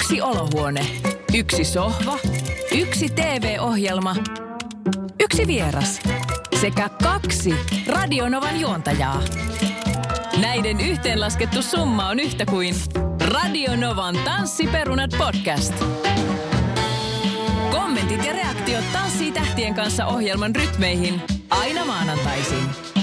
Yksi olohuone, yksi sohva, yksi TV-ohjelma, yksi vieras sekä 2 Radionovan juontajaa. Näiden yhteenlaskettu summa on yhtä kuin Radionovan Tanssiperunat podcast. Kommentit ja reaktiot Tanssii tähtien kanssa -ohjelman rytmeihin aina maanantaisin.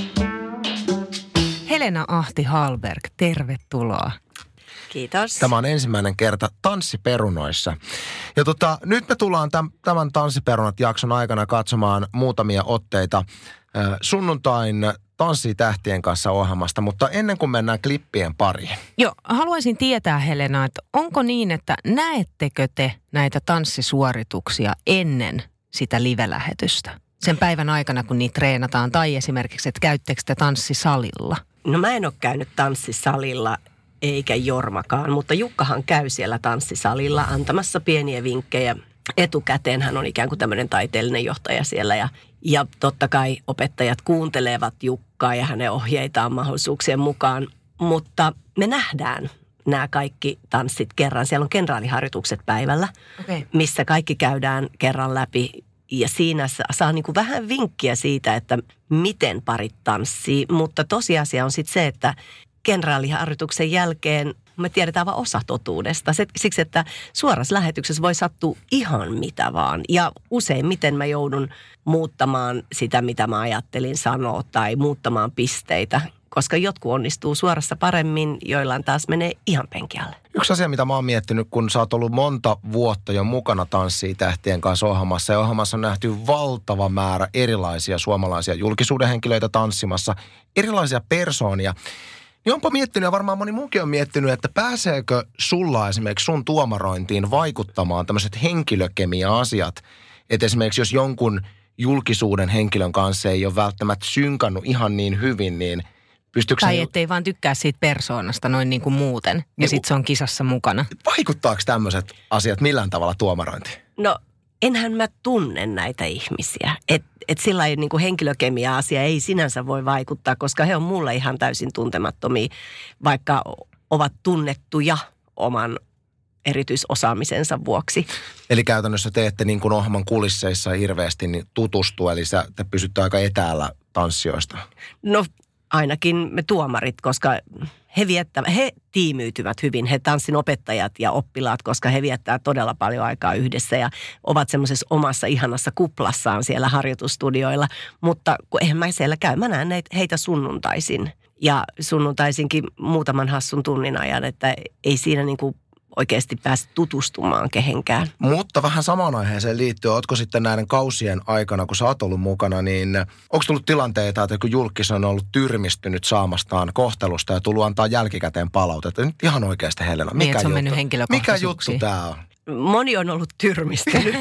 Helena Ahti Hallberg, tervetuloa. Kiitos. Tämä on ensimmäinen kerta Tanssiperunoissa. Ja nyt me tullaan tämän Tanssiperunat-jakson aikana katsomaan muutamia otteita sunnuntain Tanssii tähtien kanssa -ohjelmasta, mutta ennen kuin mennään klippien pariin. Joo, haluaisin tietää, Helena, että onko niin, että näettekö te näitä tanssisuorituksia ennen sitä live-lähetystä? Sen päivän aikana, kun niitä treenataan, tai esimerkiksi, että käyttekö te tanssisalilla? No mä en ole käynyt tanssisalilla, eikä Jormakaan, mutta Jukkahan käy siellä tanssisalilla antamassa pieniä vinkkejä. Etukäteen hän on ikään kuin tämmöinen taiteellinen johtaja siellä ja totta kai opettajat kuuntelevat Jukkaa ja hänen ohjeitaan mahdollisuuksien mukaan. Mutta me nähdään nämä kaikki tanssit kerran. Siellä on kenraaliharjoitukset päivällä, missä kaikki käydään kerran läpi. Ja siinä saa niin kuin vähän vinkkiä siitä, että miten parit tanssii. Mutta tosiasia on sitten se, että kenraaliharjoituksen jälkeen me tiedetään vain osa totuudesta. Siksi, että suorassa lähetyksessä voi sattua ihan mitä vaan. Ja useimmiten mä joudun muuttamaan sitä, mitä mä ajattelin sanoa, tai muuttamaan pisteitä. Koska jotkut onnistuu suorassa paremmin, joillain taas menee ihan penkialle. Yksi asia, mitä mä oon miettinyt, kun sä oot ollut monta vuotta jo mukana Tanssii tähtien kanssa -ohjelmassa. Ja ohjelmassa on nähty valtava määrä erilaisia suomalaisia julkisuuden henkilöitä tanssimassa, erilaisia persoonia. Niin onpa miettinyt, ja varmaan moni muukin on miettinyt, että pääseekö sulla esimerkiksi sun tuomarointiin vaikuttamaan tämmöiset henkilökemia-asiat. Että esimerkiksi jos jonkun julkisuuden henkilön kanssa ei ole välttämättä synkannut ihan niin hyvin, niin pystyykö tai ettei vaan tykkää siitä persoonasta noin niin kuin muuten, ja sitten se on kisassa mukana. Vaikuttaako tämmöiset asiat millään tavalla tuomarointiin? No, enhän mä tunne näitä ihmisiä. Et sillä niin kuin henkilökemia-asia ei sinänsä voi vaikuttaa, koska he on mulle ihan täysin tuntemattomia, vaikka ovat tunnettuja oman erityisosaamisensa vuoksi. Eli käytännössä te ette niin kuin ohjelman kulisseissa hirveästi niin tutustu, eli te pysytte aika etäällä tanssijoista. No ainakin me tuomarit, koska he tiimiytyvät hyvin, he tanssin opettajat ja oppilaat, koska he viettää todella paljon aikaa yhdessä ja ovat semmoisessa omassa ihanassa kuplassaan siellä harjoitustudioilla. Mutta kun eihän mä siellä käy, mä näen heitä sunnuntaisin ja sunnuntaisinkin muutaman hassun tunnin ajan, että ei siinä niin kuin oikeasti pääse tutustumaan kehenkään. Mutta vähän samaan aiheeseen liittyen, ootko sitten näiden kausien aikana, kun sä oot ollut mukana, niin onko tullut tilanteita, että joku julkis on ollut tyrmistynyt saamastaan kohtelusta ja tullut antaa jälkikäteen palautetta? Nyt ihan oikeasti, Helena, mikä juttu tää on? Moni on ollut tyrmistynyt,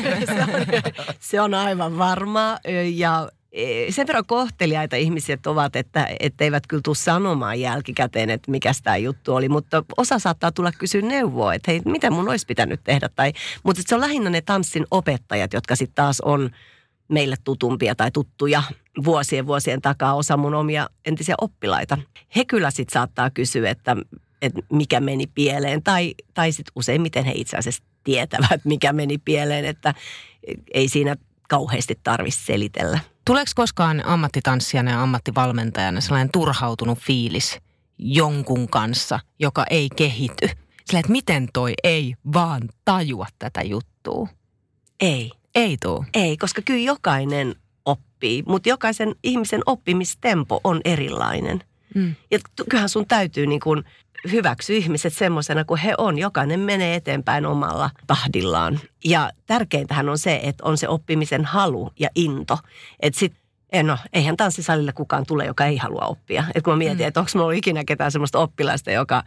se on aivan varmaa ja sen verran kohteliaita ihmiset ovat, että eivät kyllä tule sanomaan jälkikäteen, että mikä tämä juttu oli. Mutta osa saattaa tulla kysyä neuvoa, että hei, mitä mun olisi pitänyt tehdä. Mutta se on lähinnä ne tanssin opettajat, jotka sitten taas on meille tutumpia tai tuttuja vuosien takaa, osa mun omia entisiä oppilaita. He kyllä sitten saattaa kysyä, että mikä meni pieleen tai sitten useimmiten he itse asiassa tietävät, mikä meni pieleen, että ei siinä kauheasti tarvitse selitellä. Tuleeko koskaan ammattitanssijana ja ammattivalmentajana sellainen turhautunut fiilis jonkun kanssa, joka ei kehity? Sillä, että miten toi ei vaan tajua tätä juttua? Ei. Ei tuu? Ei, koska kyllä jokainen oppii, mutta jokaisen ihmisen oppimistempo on erilainen. Ja kyllähän sun täytyy niin kuin hyväksyä ihmiset semmoisena kuin he on. Jokainen menee eteenpäin omalla tahdillaan. Ja tärkeintähän on se, että on se oppimisen halu ja into. Että eihän tanssisalille kukaan tule, joka ei halua oppia. Että kun mä mietin, että onko minulla ikinä ketään semmoista oppilaista,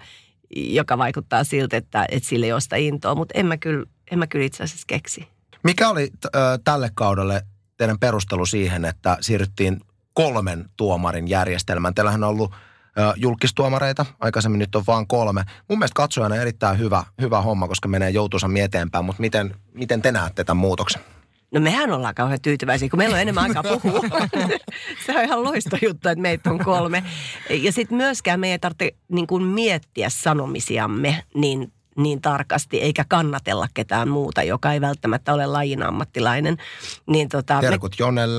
joka vaikuttaa siltä, että sille ei ole sitä intoa. Mutta en mä kyllä itse asiassa keksi. Mikä oli tälle kaudelle teidän perustelu siihen, että siirryttiin 3 tuomarin järjestelmään? Teillähän on ollut julkistuomareita, aikaisemmin nyt on vaan 3. Mun mielestä katsojana erittäin hyvä homma, koska menee joutuisammin eteenpäin, mutta miten te näette tämän muutoksen? No mehän ollaan kauhean tyytyväisiä, kun meillä on enemmän aikaa puhua. Se on ihan loista juttu, että meitä on 3. Ja sitten myöskään me ei tarvitse niin kuin miettiä sanomisiamme niin niin tarkasti, eikä kannatella ketään muuta, joka ei välttämättä ole lajin ammattilainen. Niin terkut Jonelle.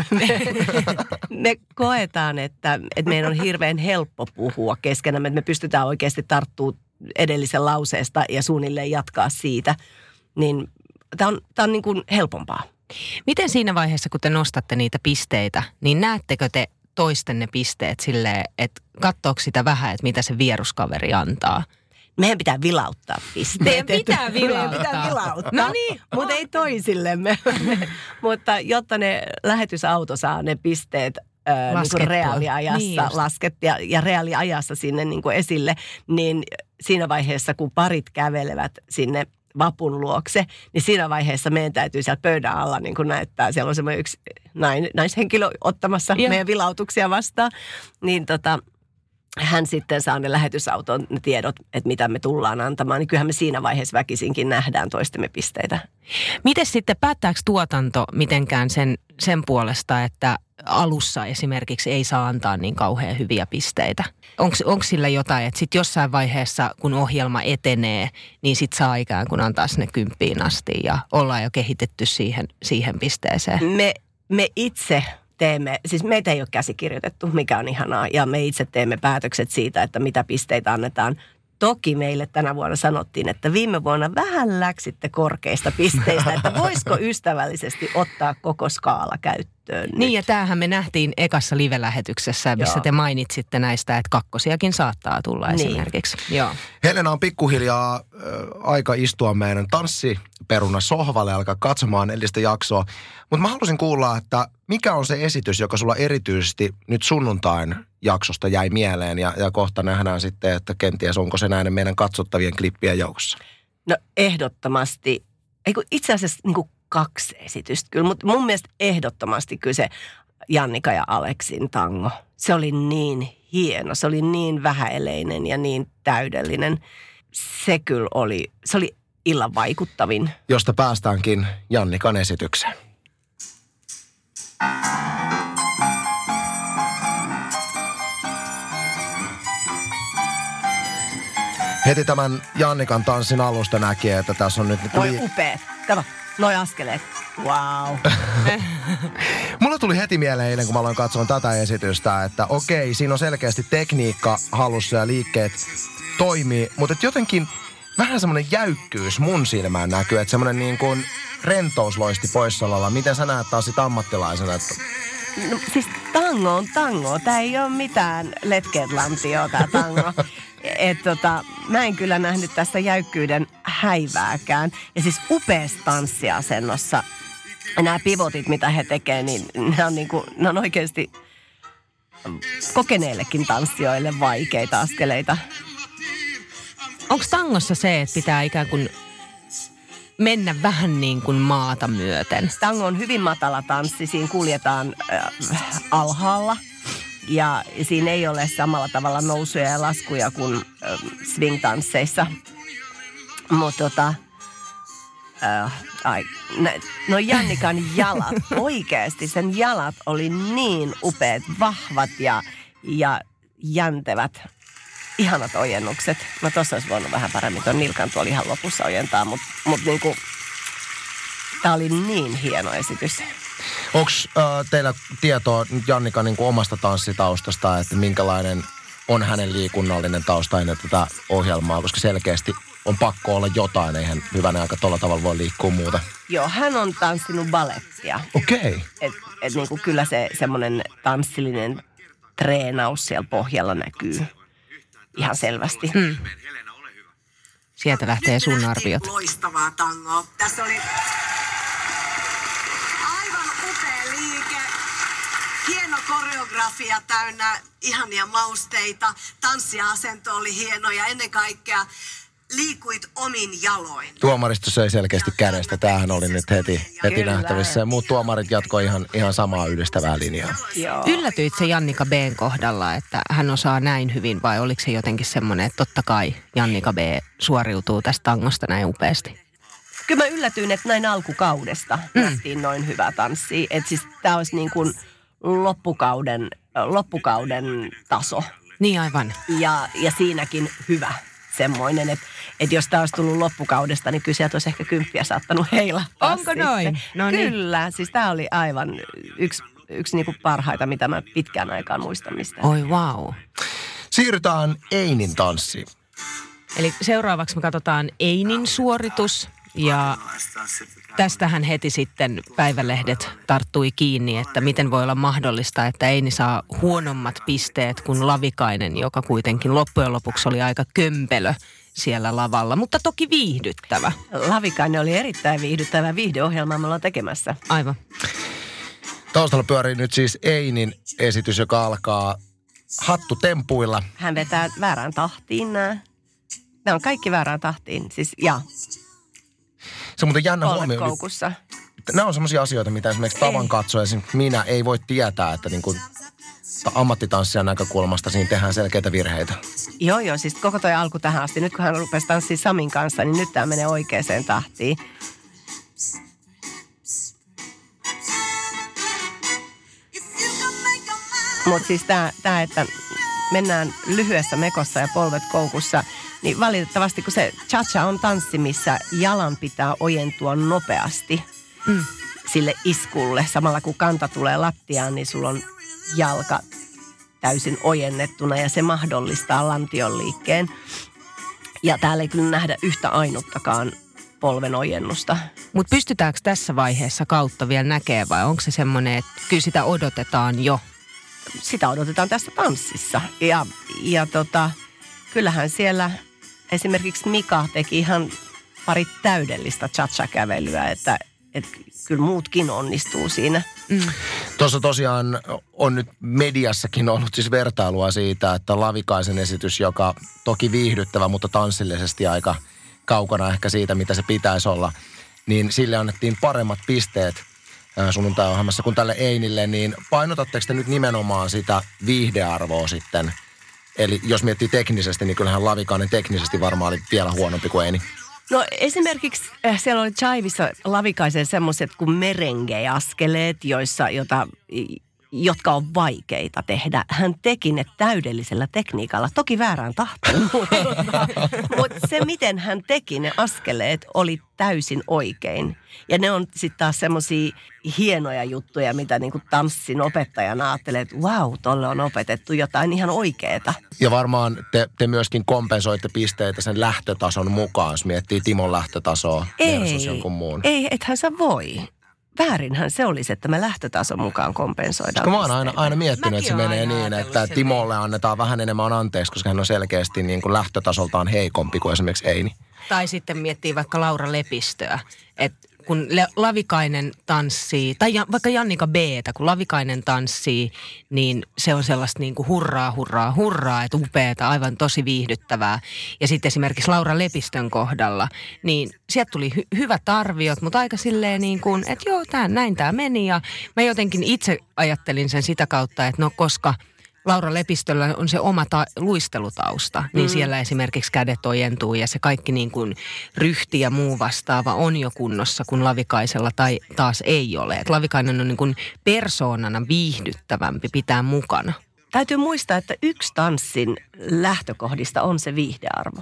Me koetaan, että meidän on hirveän helppo puhua keskenämme, että me pystytään oikeasti tarttumaan edellisen lauseesta ja suunnilleen jatkaa siitä. Niin tämä on niin kuin helpompaa. Miten siinä vaiheessa, kun te nostatte niitä pisteitä, niin näettekö te toisten ne pisteet silleen, että katsoako sitä vähän, että mitä se vieruskaveri antaa? Meidän pitää vilauttaa pisteet. Meidän pitää vilauttaa. No niin. Mutta ei toisillemme. Mutta jotta ne lähetysauto saa ne pisteet niin kuin reaaliajassa laskettua ja reaaliajassa sinne niin kuin esille, niin siinä vaiheessa, kun parit kävelevät sinne vapun luokse, niin siinä vaiheessa meidän täytyy siellä pöydän alla niin kuin näyttää. Siellä on semmoinen yksi naishenkilö ottamassa meidän vilautuksia vastaan. Niin hän sitten saa ne lähetysauton ne tiedot, että mitä me tullaan antamaan. Niin kyllähän me siinä vaiheessa väkisinkin nähdään toistemme pisteitä. Miten sitten päättääkö tuotanto mitenkään sen puolesta, että alussa esimerkiksi ei saa antaa niin kauhean hyviä pisteitä? Onko sillä jotain, että sitten jossain vaiheessa, kun ohjelma etenee, niin sitten saa ikään kuin antaa sinne 10 asti ja ollaan jo kehitetty siihen pisteeseen? Me itse teemme, siis meitä ei ole käsikirjoitettu, mikä on ihanaa, ja me itse teemme päätökset siitä, että mitä pisteitä annetaan. Toki meille tänä vuonna sanottiin, että viime vuonna vähän läksitte korkeista pisteistä, että voisiko ystävällisesti ottaa koko skaala käyttöön Niin, ja tämähän me nähtiin ekassa live-lähetyksessä, missä te mainitsitte näistä, että kakkosiakin saattaa tulla esimerkiksi. Joo. Helena, on pikkuhiljaa aika istua meidän tanssiperuna sohvalle ja alkaa katsomaan edellistä jaksoa. Mutta mä halusin kuulla, että mikä on se esitys, joka sulla erityisesti nyt sunnuntain jaksosta jäi mieleen ja kohta nähdään sitten, että kenties onko se näiden meidän katsottavien klippien joukossa? No ehdottomasti, itse asiassa niin kuin 2 esitystä kyllä, mutta mun mielestä ehdottomasti kyllä se Jannika ja Aleksin tango. Se oli niin hieno, se oli niin vähäeleinen ja niin täydellinen. Se kyllä oli, se oli illan vaikuttavin. Josta päästäänkin Jannikan esitykseen. Heti tämän Jannikan tanssin alusta näki, että tässä on nyt... Noi upeat. Kato, noi askeleet. Wow. Mulla tuli heti mieleen eilen, kun mä aloin katsoa tätä esitystä, että okei, siinä on selkeästi tekniikka halussa ja liikkeet toimii, mutta jotenkin vähän semmoinen jäykkyys mun silmään näkyy, että semmoinen niin kuin rentous loisti poissaololla. Miten sä näet taas sit ammattilaisena? No, siis tango on tango. Tää ei ole mitään letkeetlantioa tää tango. Mä en kyllä nähnyt tässä jäykkyyden häivääkään. Ja siis upeassa tanssiasennossa nämä pivotit, mitä he tekee, niin ne on oikeasti kokeneillekin tanssijoille vaikeita askeleita. Onko tangossa se, että pitää ikään kuin mennä vähän niin kuin maata myöten? Tango on hyvin matala tanssi. Siinä kuljetaan alhaalla. Ja siinä ei ole samalla tavalla nousuja ja laskuja kuin swing-tansseissa. Mutta no Jannikan jalat, oikeasti sen jalat oli niin upeat, vahvat ja jäntevät. Ihanat ojennukset. No tossa olisi voinut vähän paremmin tuon nilkan tuolla ihan lopussa ojentaa, mutta niinku, tää oli niin hieno esitys. Onko teillä tietoa Jannikan niin kuin omasta tanssitaustasta, että minkälainen on hänen liikunnallinen tausta ennen tätä ohjelmaa, koska selkeästi on pakko olla jotain, eihän hyvänä aika tuolla tavalla voi liikkua muuta. Joo, hän on tanssinut balettia. Okei. Et niin kuin kyllä se semmoinen tanssillinen treenaus siellä pohjalla näkyy ihan selvästi. Sieltä lähtee sun arviot. Loistavaa tangoa. Tässä oli hieno koreografia täynnä ihania mausteita, tanssiasento oli hieno ja ennen kaikkea liikuit omin jaloin. Tuomaristo söi selkeästi kädestä. Tämähän oli nyt heti nähtävissä. Ja muut tuomarit jatkoi ihan samaa yhdistävää linjaa. Joo. Yllätyit se Jannika B:n kohdalla, että hän osaa näin hyvin vai oliko se jotenkin semmoinen, että totta kai Jannika B suoriutuu tästä tangosta näin upeasti? Kyllä mä yllätyin, että näin alkukaudesta nähtiin noin hyvää tanssia. Että siis tää olisi niin kuin loppukauden taso. Niin aivan. Ja siinäkin hyvä. semmoinen, että jos tämä olisi tullut loppukaudesta, niin kyllä sieltä olisi ehkä 10 saattanut heilahtaa. Onko noin? No niin. Kyllä, siis tämä oli aivan yksi niinku parhaita, mitä mä pitkään aikaan muistan mistään. Oi wow. Siirrytään Einin tanssiin. Eli seuraavaksi me katsotaan Einin suoritus ja tästähän heti sitten päivälehdet tarttui kiinni, että miten voi olla mahdollista, että Eini saa huonommat pisteet kuin Lavikainen, joka kuitenkin loppujen lopuksi oli aika kömpelö siellä lavalla, mutta toki viihdyttävä. Lavikainen oli erittäin viihdyttävä viihdeohjelma, me ollaan tekemässä. Aivan. Taustalla pyörii nyt siis Einin esitys, joka alkaa hattutempuilla. Hän vetää väärään tahtiin nämä. Nämä on kaikki väärään tahtiin, siis ja Se on muuten jännä polvet huomio. koukussa. Nämä on semmoisia asioita, mitä esimerkiksi tavan katsoja, esimerkiksi minä ei voi tietää, että niin kuin ammattitanssijan näkökulmasta siinä tehdään selkeitä virheitä. Joo, siis koko toi alku tähän asti. Nyt kun hän rupesi tanssimaan Samin kanssa, niin nyt tämä menee oikeaan tahtiin. Mutta siis tämä, että mennään lyhyessä mekossa ja polvet koukussa, niin valitettavasti kun se cha-cha on tanssi, missä jalan pitää ojentua nopeasti sille iskulle. Samalla kun kanta tulee lattiaan, niin sulla on jalka täysin ojennettuna ja se mahdollistaa lantion liikkeen. Ja täällä ei kyllä nähdä yhtä ainuttakaan polven ojennusta. Mutta pystytäänkö tässä vaiheessa kautta vielä näkemään vai onko se semmoinen, että kyllä sitä odotetaan jo? Sitä odotetaan tässä tanssissa. Ja kyllähän siellä esimerkiksi Mika teki ihan pari täydellistä cha-cha-kävelyä, että kyllä muutkin onnistuu siinä. Tuossa tosiaan on nyt mediassakin ollut siis vertailua siitä, että Lavikaisen esitys, joka toki viihdyttävä, mutta tanssillisesti aika kaukana ehkä siitä, mitä se pitäisi olla, niin sille annettiin paremmat pisteet sunnuntai-ohjelmassa kuin tälle Einille, niin painotatteko te nyt nimenomaan sitä viihdearvoa sitten? Eli jos miettii teknisesti, niin kyllähän Lavikainen teknisesti varmaan oli vielä huonompi kuin Eini. No esimerkiksi siellä oli Chivissa Lavikaisen semmoiset kuin merengue-askeleet, jotka on vaikeita tehdä. Hän teki ne täydellisellä tekniikalla, toki väärään tahtiin, mutta se miten hän teki ne askeleet oli täysin oikein. Ja ne on sitten taas semmoisia hienoja juttuja, mitä niinku tanssin opettajana ajattelee, että vau, tolle on opetettu jotain ihan oikeeta. Ja varmaan te myöskin kompensoitte pisteitä sen lähtötason mukaan, jos miettii Timon lähtötasoa versus jonkun muun. Ei, ethän sä voi. Väärinhän se olisi, että me lähtötason mukaan kompensoidaan. Mä oon aina miettinyt, että se menee niin, että Timolle annetaan vähän enemmän anteeksi, koska hän on selkeästi niin kuin lähtötasoltaan heikompi kuin esimerkiksi Eini. Tai sitten miettii vaikka Laura Lepistöä, että kun Lavikainen tanssii, tai vaikka Jannika B:tä, kun Lavikainen tanssii, niin se on sellaista niin kuin hurraa, että upeata, aivan tosi viihdyttävää. Ja sitten esimerkiksi Laura Lepistön kohdalla, niin sieltä tuli hyvät arviot, mutta aika silleen niin kuin, että joo, näin tämä meni. Ja mä jotenkin itse ajattelin sen sitä kautta, että no koska Laura Lepistöllä on se oma luistelutausta, niin siellä esimerkiksi kädet ojentuu ja se kaikki niin kuin ryhti ja muu vastaava on jo kunnossa, kun Lavikaisella tai taas ei ole. Et Lavikainen on niin kuin persoonana viihdyttävämpi pitää mukana. Täytyy muistaa, että yksi tanssin lähtökohdista on se viihdearvo.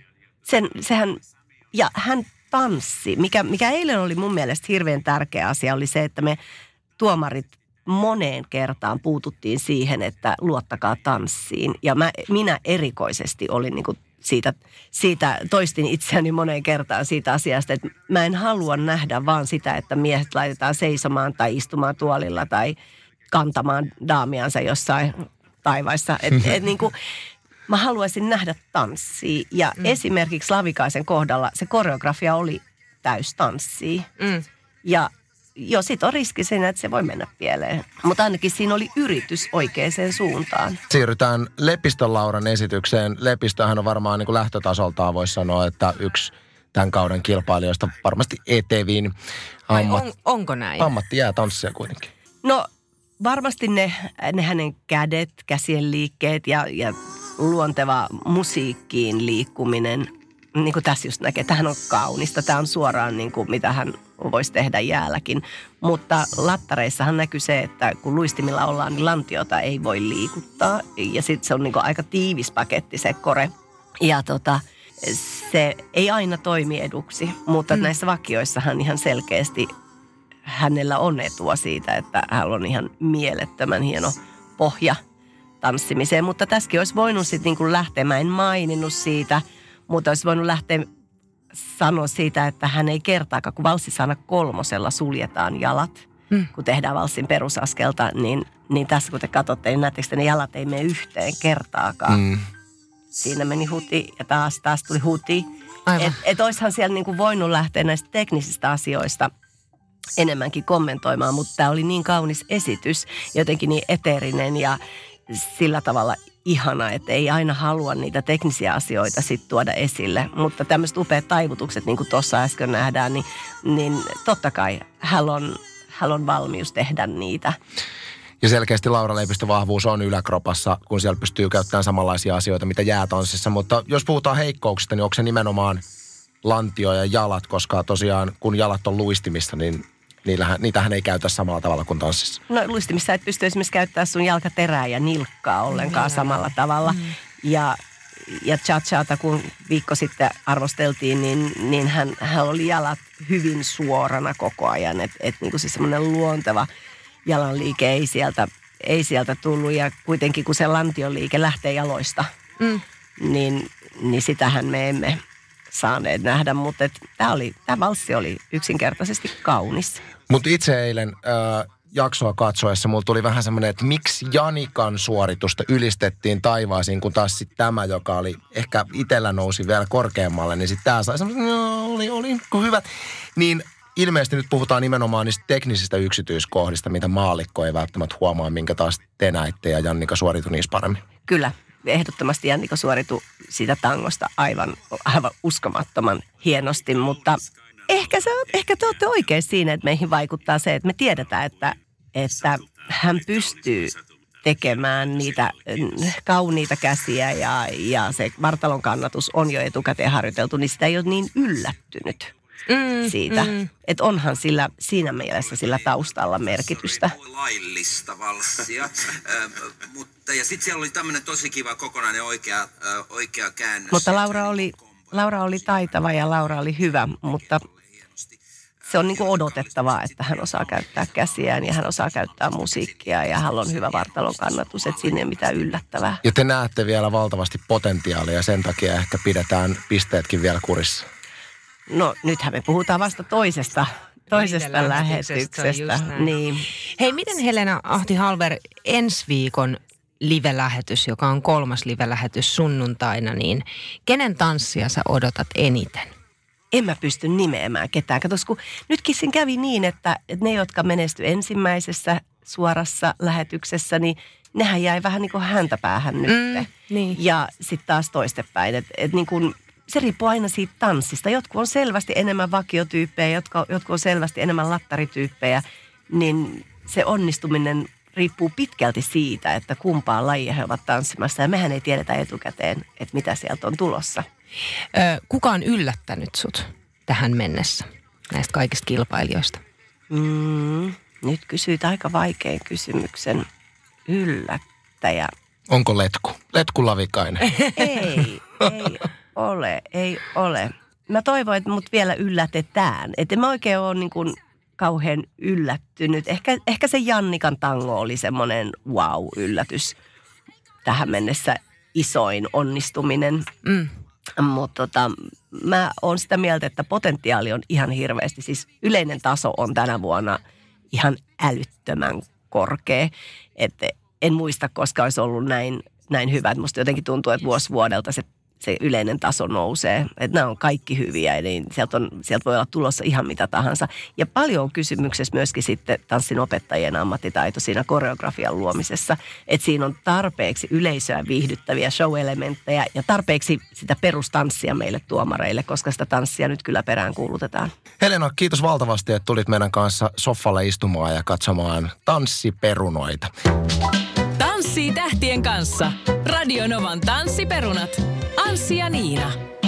Ja hän tanssi. Mikä eilen oli mun mielestä hirveän tärkeä asia, oli se, että me tuomarit moneen kertaan puututtiin siihen, että luottakaa tanssiin. Ja minä erikoisesti olin niin kuin siitä toistin itseäni moneen kertaan siitä asiasta, että mä en halua nähdä vaan sitä, että miehet laitetaan seisomaan tai istumaan tuolilla tai kantamaan daamiansa jossain taivaissa. Niin kuin, mä haluaisin nähdä tanssia. Ja esimerkiksi Lavikaisen kohdalla se koreografia oli täystanssia. Ja joo, sit on riski siinä, että se voi mennä pieleen. Mutta ainakin siinä oli yritys oikeaan suuntaan. Siirrytään Lepistön Lauran esitykseen. Lepistöhän on varmaan niin kuin lähtötasoltaan voisi sanoa, että yksi tämän kauden kilpailijoista varmasti etevin. Onko näin? Ammatti jää tanssia kuitenkin. No varmasti ne hänen kädet, käsien liikkeet ja luonteva musiikkiin liikkuminen. Niin kuin tässä just näkee, tämähän on kaunista. Tämä on suoraan niin kuin mitä hän voisi tehdä jäälläkin. Mutta lattareissahan näkyy se, että kun luistimilla ollaan, niin lantiota ei voi liikuttaa. Ja sitten se on niin kuin aika tiivis paketti se kore. Ja se ei aina toimi eduksi, mutta näissä vakioissahan ihan selkeästi hänellä on etua siitä, että hän on ihan mielettömän hieno pohja tanssimiseen. Mutta tässäkin olisi voinut sitten niin kuin lähteä, mä en maininnut siitä, mutta olisi voinut lähteä sanoa siitä, että hän ei kertaakaan, kun valssissa aina 3 suljetaan jalat, kun tehdään valssin perusaskelta, niin tässä kun te katsotte, niin näettekö te, ne jalat ei mene yhteen kertaakaan. Siinä meni huti ja taas tuli huti. Et oishan siellä niin kuin voinut lähteä näistä teknisistä asioista enemmänkin kommentoimaan, mutta tämä oli niin kaunis esitys, jotenkin niin eteerinen ja sillä tavalla ihana, että ei aina halua niitä teknisiä asioita sitten tuoda esille. Mutta tämmöiset upeat taivutukset, niin kuin tuossa äsken nähdään, niin totta kai hän on valmius tehdä niitä. Ja selkeästi Laura Leipistön vahvuus on yläkropassa, kun siellä pystyy käyttämään samanlaisia asioita, mitä jäätanssissa. Mutta jos puhutaan heikkouksista, niin onko se nimenomaan lantio ja jalat, koska tosiaan kun jalat on luistimissa, niin niitähän ei käytä samalla tavalla kuin tanssissa. No luistimissa et pysty esimerkiksi käyttämään sun jalkaterää ja nilkkaa ollenkaan samalla tavalla. Ja cha-chata, kun viikko sitten arvosteltiin, niin hän oli jalat hyvin suorana koko ajan. Että niin kuin se semmoinen luonteva jalanliike ei sieltä tullut. Ja kuitenkin kun se lantion liike lähtee jaloista, niin sitähän me emme saaneet nähdä, mutta tämä valssi oli yksinkertaisesti kaunis. Mutta itse eilen jaksoa katsoessa mulla tuli vähän semmoinen, että miksi Janikan suoritusta ylistettiin taivaisiin, kun taas sitten tämä, joka oli ehkä itsellä nousi vielä korkeammalle, niin sitten tämä sai semmoinen, oli hyvät. Niin ilmeisesti nyt puhutaan nimenomaan niistä teknisistä yksityiskohdista, mitä maallikko ei välttämättä huomaa, minkä taas te näitte ja Jannika suoritui niissä paremmin. Kyllä. Ehdottomasti Jannika suoritui siitä tangosta aivan uskomattoman hienosti, mutta ehkä te olette oikein siinä, että meihin vaikuttaa se, että me tiedetään, että hän pystyy tekemään niitä kauniita käsiä ja se vartalon kannatus on jo etukäteen harjoiteltu, niin sitä ei ole niin yllättynyt siitä. Että onhan siinä mielessä sillä taustalla merkitystä. Laillista valssia, mutta ja sitten siellä oli tämmöinen tosi kiva kokonainen oikea käännös. Mutta Laura oli taitava ja Laura oli hyvä, mutta se on niin kuin odotettavaa, että hän osaa käyttää käsiään ja hän osaa käyttää musiikkia ja hän on hyvä vartalon kannatus, että siinä ei ole mitään yllättävää. Ja te näette vielä valtavasti potentiaalia ja sen takia ehkä pidetään pisteetkin vielä kurissa. No nythän me puhutaan vasta toisesta lähetyksestä. Niin. Hei, miten Helena Ahti-Hallberg ensi viikon live-lähetys, joka on 3. live-lähetys sunnuntaina, niin kenen tanssia sä odotat eniten? En mä pysty nimeämään ketään. Katos, kun nytkin siinä kävi niin, että ne, jotka menestyi ensimmäisessä suorassa lähetyksessä, niin nehän jäi vähän niin kuin häntäpäähän nyt. Niin. Ja sitten taas toistepäin, että niin kuin se riippuu aina siitä tanssista. Jotkut on selvästi enemmän vakiotyyppejä, jotkut on selvästi enemmän lattarityyppejä, niin se onnistuminen riippuu pitkälti siitä, että kumpaa lajia he ovat tanssimassa. Ja mehän ei tiedetä etukäteen, että mitä sieltä on tulossa. Kuka on yllättänyt sut tähän mennessä näistä kaikista kilpailijoista? Nyt kysyit aika vaikean kysymyksen. Yllättäjä. Onko Letku Lavikainen? Ei ole. Mä toivon, että mut vielä yllätetään. Että mä oikein ole niin kuin kauhean yllättynyt. Ehkä se Jannikan tango oli semmoinen wow-yllätys. Tähän mennessä isoin onnistuminen. Mutta mä oon sitä mieltä, että potentiaali on ihan hirveästi. Siis yleinen taso on tänä vuonna ihan älyttömän korkea. Että en muista, koska olisi ollut näin hyvä. Musta jotenkin tuntuu, että vuosi vuodelta se yleinen taso nousee. Että nämä on kaikki hyviä, niin sieltä voi olla tulossa ihan mitä tahansa. Ja paljon on kysymyksessä myöskin sitten tanssin opettajien ammattitaito siinä koreografian luomisessa. Että siinä on tarpeeksi yleisöä viihdyttäviä show-elementtejä ja tarpeeksi sitä perustanssia meille tuomareille, koska sitä tanssia nyt kyllä perään kuulutetaan. Helena, kiitos valtavasti, että tulit meidän kanssa soffalle istumaan ja katsomaan tanssiperunoita. Tanssii tähtien kanssa. Radio Novan tanssiperunat. Anssi ja Niina.